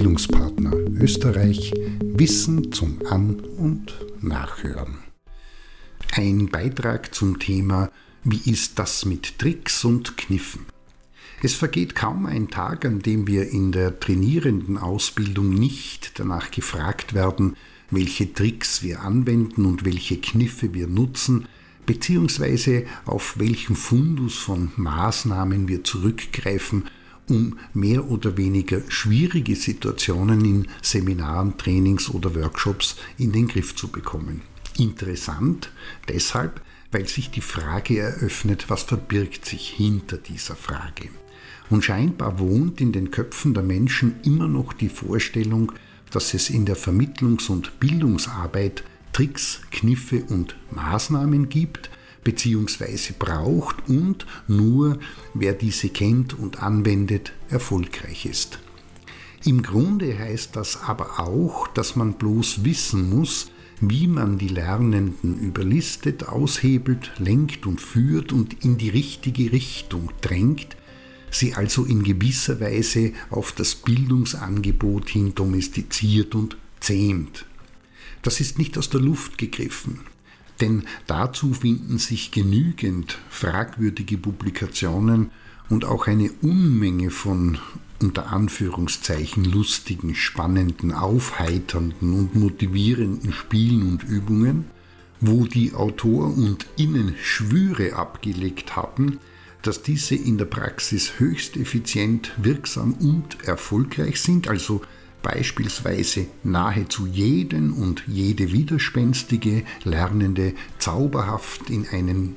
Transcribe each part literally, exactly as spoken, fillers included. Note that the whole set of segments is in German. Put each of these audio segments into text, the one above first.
Bildungspartner Österreich Wissen zum An- und Nachhören. Ein Beitrag zum Thema Wie ist das mit Tricks und Kniffen? Es vergeht kaum ein Tag, an dem wir in der Trainierendenausbildung nicht danach gefragt werden, welche Tricks wir anwenden und welche Kniffe wir nutzen, beziehungsweise auf welchen Fundus von Maßnahmen wir zurückgreifen, um mehr oder weniger schwierige Situationen in Seminaren, Trainings oder Workshops in den Griff zu bekommen. Interessant deshalb, weil sich die Frage eröffnet, was verbirgt sich hinter dieser Frage. Und scheinbar wohnt in den Köpfen der Menschen immer noch die Vorstellung, dass es in der Vermittlungs- und Bildungsarbeit Tricks, Kniffe und Maßnahmen gibt, beziehungsweise braucht und nur wer diese kennt und anwendet, erfolgreich ist. Im Grunde heißt das aber auch, dass man bloß wissen muss, wie man die Lernenden überlistet, aushebelt, lenkt und führt und in die richtige Richtung drängt, sie also in gewisser Weise auf das Bildungsangebot hin domestiziert und zähmt. Das ist nicht aus der Luft gegriffen, denn dazu finden sich genügend fragwürdige Publikationen und auch eine Unmenge von unter Anführungszeichen lustigen, spannenden, aufheiternden und motivierenden Spielen und Übungen, wo die Autor und Innen Schwüre abgelegt haben, dass diese in der Praxis höchst effizient, wirksam und erfolgreich sind, also beispielsweise nahezu jeden und jede widerspenstige Lernende zauberhaft in einen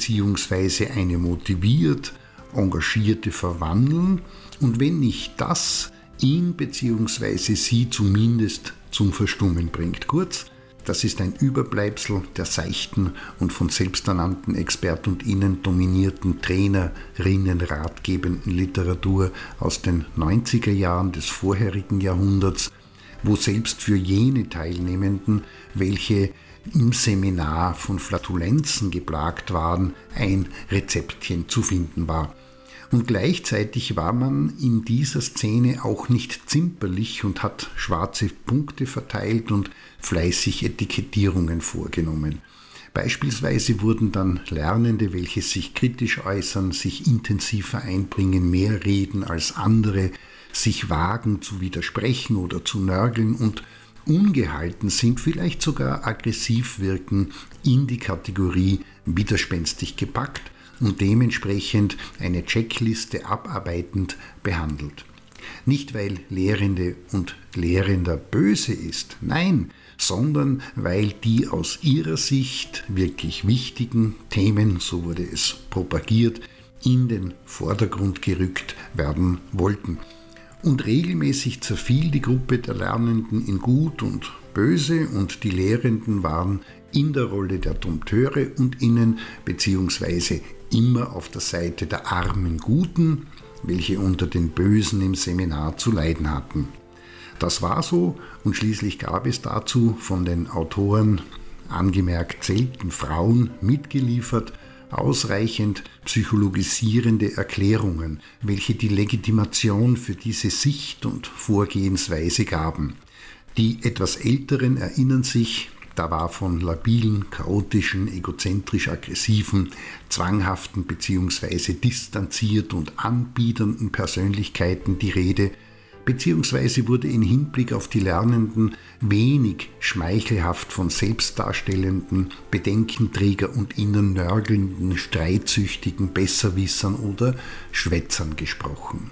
bzw. eine motiviert, engagierte verwandeln und wenn nicht das, ihn bzw. sie zumindest zum Verstummen bringt. Kurz, das ist ein Überbleibsel der seichten und von selbsternannten Expert und Innen dominierten Trainerinnen ratgebenden Literatur aus den neunziger Jahren des vorherigen Jahrhunderts, wo selbst für jene Teilnehmenden, welche im Seminar von Flatulenzen geplagt waren, ein Rezeptchen zu finden war. Und gleichzeitig war man in dieser Szene auch nicht zimperlich und hat schwarze Punkte verteilt und fleißig Etikettierungen vorgenommen. Beispielsweise wurden dann Lernende, welche sich kritisch äußern, sich intensiver einbringen, mehr reden als andere, sich wagen zu widersprechen oder zu nörgeln und ungehalten sind, vielleicht sogar aggressiv wirken, in die Kategorie widerspenstig gepackt und dementsprechend eine Checkliste abarbeitend behandelt. Nicht, weil Lehrende und Lehrender böse ist, nein, sondern weil die aus ihrer Sicht wirklich wichtigen Themen, so wurde es propagiert, in den Vordergrund gerückt werden wollten. Und regelmäßig zerfiel die Gruppe der Lernenden in Gut und Böse und die Lehrenden waren in der Rolle der Dompteure und Innen beziehungsweise immer auf der Seite der armen Guten, welche unter den Bösen im Seminar zu leiden hatten. Das war so und schließlich gab es dazu von den Autoren, angemerkt selten Frauen, mitgeliefert, ausreichend psychologisierende Erklärungen, welche die Legitimation für diese Sicht und Vorgehensweise gaben. Die etwas Älteren erinnern sich, da war von labilen, chaotischen, egozentrisch-aggressiven, zwanghaften bzw. distanziert und anbiedernden Persönlichkeiten die Rede, beziehungsweise wurde in Hinblick auf die Lernenden wenig schmeichelhaft von selbstdarstellenden, Bedenkenträger und innen nörgelnden, streitsüchtigen Besserwissern oder Schwätzern gesprochen.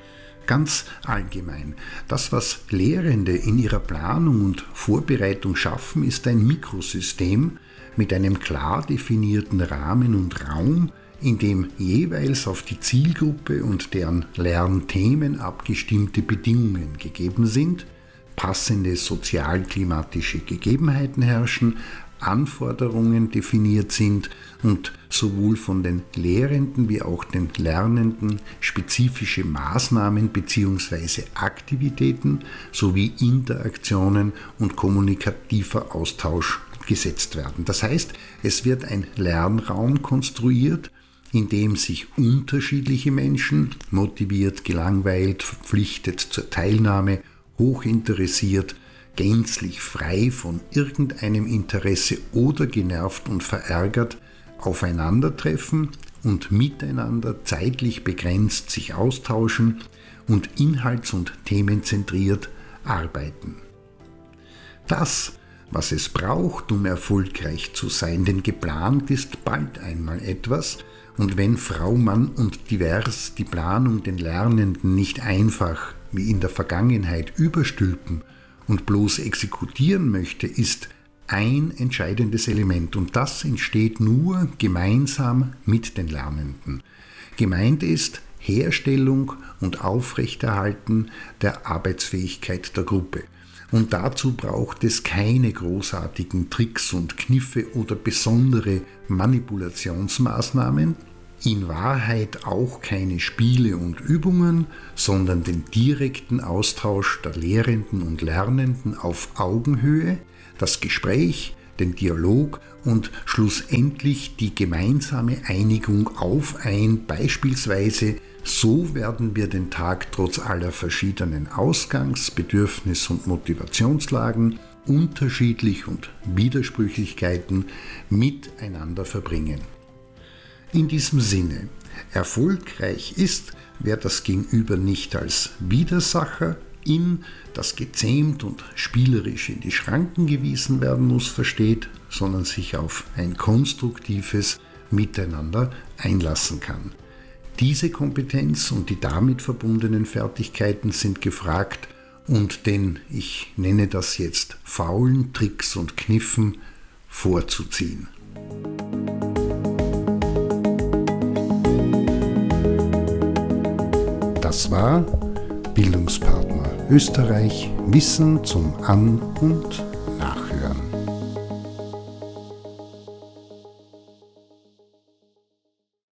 Ganz allgemein, das, was Lehrende in ihrer Planung und Vorbereitung schaffen, ist ein Mikrosystem mit einem klar definierten Rahmen und Raum, in dem jeweils auf die Zielgruppe und deren Lernthemen abgestimmte Bedingungen gegeben sind, passende sozial-klimatische Gegebenheiten herrschen, Anforderungen definiert sind und sowohl von den Lehrenden wie auch den Lernenden spezifische Maßnahmen bzw. Aktivitäten sowie Interaktionen und kommunikativer Austausch gesetzt werden. Das heißt, es wird ein Lernraum konstruiert, in dem sich unterschiedliche Menschen, motiviert, gelangweilt, verpflichtet zur Teilnahme hochinteressiert, gänzlich frei von irgendeinem Interesse oder genervt und verärgert aufeinandertreffen und miteinander zeitlich begrenzt sich austauschen und inhalts- und themenzentriert arbeiten. Das, was es braucht, um erfolgreich zu sein, denn geplant ist bald einmal etwas, und wenn Frau, Mann und divers die Planung den Lernenden nicht einfach wie in der Vergangenheit überstülpen und bloß exekutieren möchte, ist ein entscheidendes Element, und das entsteht nur gemeinsam mit den Lernenden. Gemeint ist Herstellung und Aufrechterhalten der Arbeitsfähigkeit der Gruppe. Und dazu braucht es keine großartigen Tricks und Kniffe oder besondere Manipulationsmaßnahmen, in Wahrheit auch keine Spiele und Übungen, sondern den direkten Austausch der Lehrenden und Lernenden auf Augenhöhe, das Gespräch, den Dialog und schlussendlich die gemeinsame Einigung auf ein beispielsweise so werden wir den Tag trotz aller verschiedenen Ausgangs-, Bedürfnis- und Motivationslagen, unterschiedlich und Widersprüchlichkeiten miteinander verbringen. In diesem Sinne, erfolgreich ist, wer das Gegenüber nicht als Widersacher in das gezähmt und spielerisch in die Schranken gewiesen werden muss, versteht, sondern sich auf ein konstruktives Miteinander einlassen kann. Diese Kompetenz und die damit verbundenen Fertigkeiten sind gefragt und den, ich nenne das jetzt, faulen Tricks und Kniffen vorzuziehen. Das war Bildungspartner Österreich, Wissen zum An- und Nachhören.